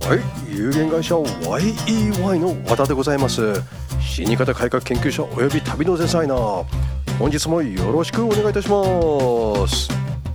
はい、有限会社 YEY の和田でございます。死に方改革研究者および旅のデザイナー、本日もよろしくお願いいたします。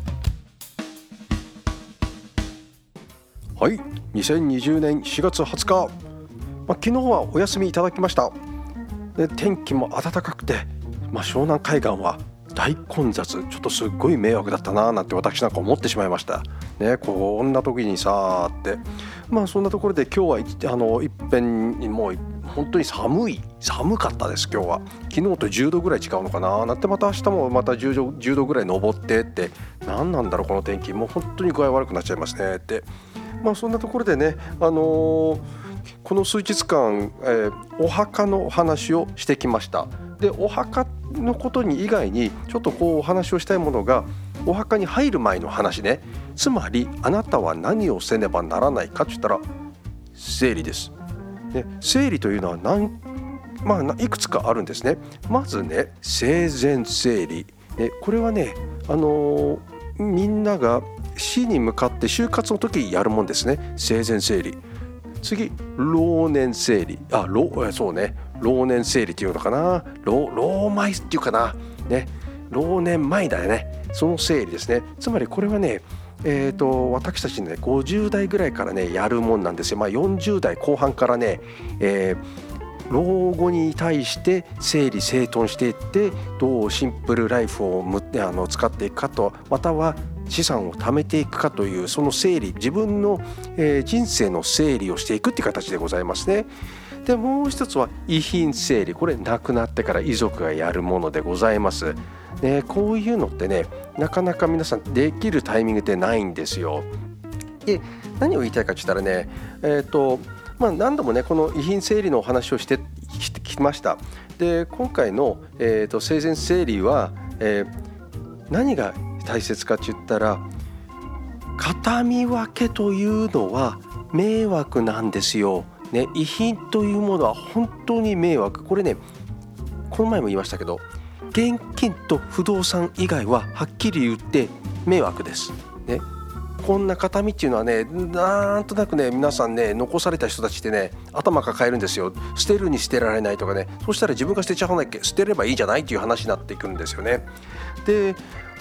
はい、2020年4月20日、昨日はお休みいただきました。で、天気も暖かくて、湘南海岸は大混雑、ちょっとすっごい迷惑だったななんて私なんか思ってしまいましたね。こんな時にさって、そんなところで今日はいっぺんにもう本当に寒かったです。今日は昨日と10度ぐらい違うのかななんて、また明日もまた10度ぐらい登ってって、何なんだろうこの天気、もう本当に具合悪くなっちゃいますねって。そんなところでね、この数日間、お墓のお話をしてきました。で、お墓のことに以外にちょっとお話をしたいものが、お墓に入る前の話ね。つまりあなたは何をせねばならないかって言ったら整理です、ね。整理というのはいくつかあるんですね。まずね、生前整理、ね、これはね、みんなが死に向かって就活の時やるもんですね。生前整理。次、老年整理。そうね、老年整理っていうのかな、老前っていうかな、ね、老年前だよね。その整理ですね。つまりこれはね、私たちね、50代ぐらいからねやるもんなんですよ。40代後半からね、老後に対して整理整頓していって、どうシンプルライフを使っていくかと、または資産を貯めていくかという、その整理、自分の、人生の整理をしていくっていう形でございますね。で、もう一つは遺品整理。これ亡くなってから遺族がやるものでございます。こういうのってね、なかなか皆さんできるタイミングってないんですよ。で、何を言いたいかと言ったらね、何度もねこの遺品整理のお話をしてきました。で、今回の、生前整理は、何が大切かと言ったら、形見分けというのは迷惑なんですよ、ね。遺品というものは本当に迷惑。これね、この前も言いましたけど、現金と不動産以外ははっきり言って迷惑です、ね。こんな形見っていうのはね、なんとなくね、皆さんね、残された人たちってね、頭抱えるんですよ。捨てるに捨てられないとかね。そしたら自分が捨てちゃわなきゃ、捨てればいいじゃないっていう話になっていくんですよね。で、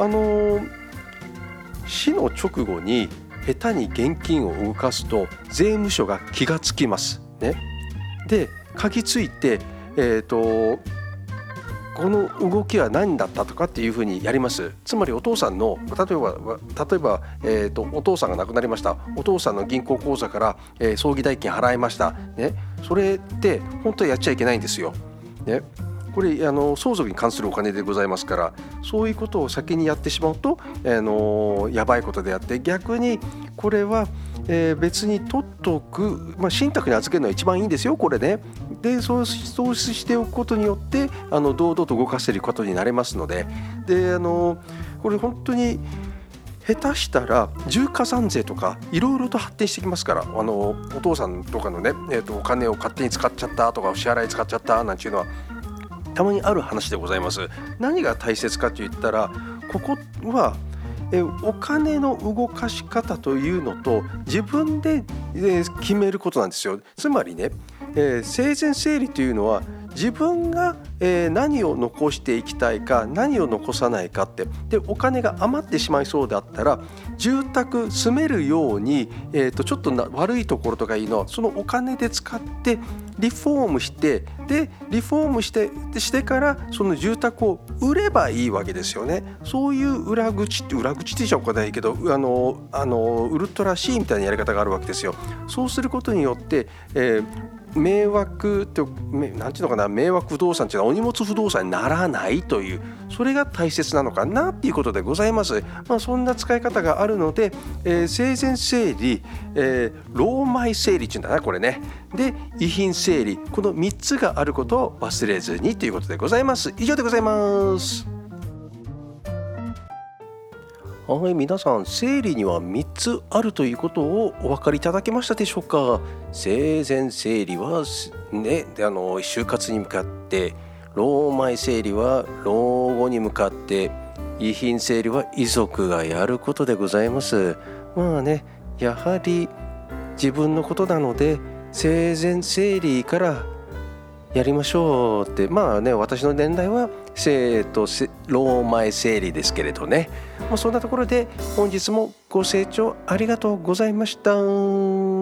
死の直後に下手に現金を動かすと税務署が気がつきますね。で、嗅ぎついて、この動きは何だったとかっていうふうにやります。つまりお父さんの例えば、お父さんが亡くなりました。お父さんの銀行口座から、葬儀代金払いました、ね。それって本当はやっちゃいけないんですよ、ね。これ相続に関するお金でございますから、そういうことを先にやってしまうと、やばいことであって、逆にこれは、別に取っておく、信託に預けるのは一番いいんですよ、これね。で、そうしておくことによって堂々と動かせることになれますので、これ本当に下手したら重加算税とかいろいろと発展してきますから、お父さんとかのね、お金を勝手に使っちゃったとか、お支払い使っちゃったなんていうのはたまにある話でございます。何が大切かといったら、ここはお金の動かし方というのと自分で決めることなんですよ。つまりね、生前整理というのは自分が何を残していきたいか、何を残さないかって。で、お金が余ってしまいそうだったら、住宅住めるように、ちょっと悪いところとかいいのは、そのお金で使ってリフォームして、でリフォームしてからその住宅を売ればいいわけですよね。そういう裏口って言っちゃおかないけど、ウルトラ C みたいなやり方があるわけですよ。そうすることによって、迷惑ってなんていうのかな、迷惑不動産っていうのはお荷物不動産にならないという、それが大切なのかなっていうことでございます。そんな使い方があるので、生前整理、老前整理っていうんだな、これね。で、遺品整理、この3つがあることを忘れずにということでございます。以上でございます。はい、皆さん、整理には3つあるということをお分かりいただけましたでしょうか。生前整理はね、就活に向かって、老前整理は老後に向かって、遺品整理は遺族がやることでございます。やはり自分のことなので生前整理からやりましょうって、私の年代は生と老前整理ですけれどね、そんなところで本日もご清聴ありがとうございました。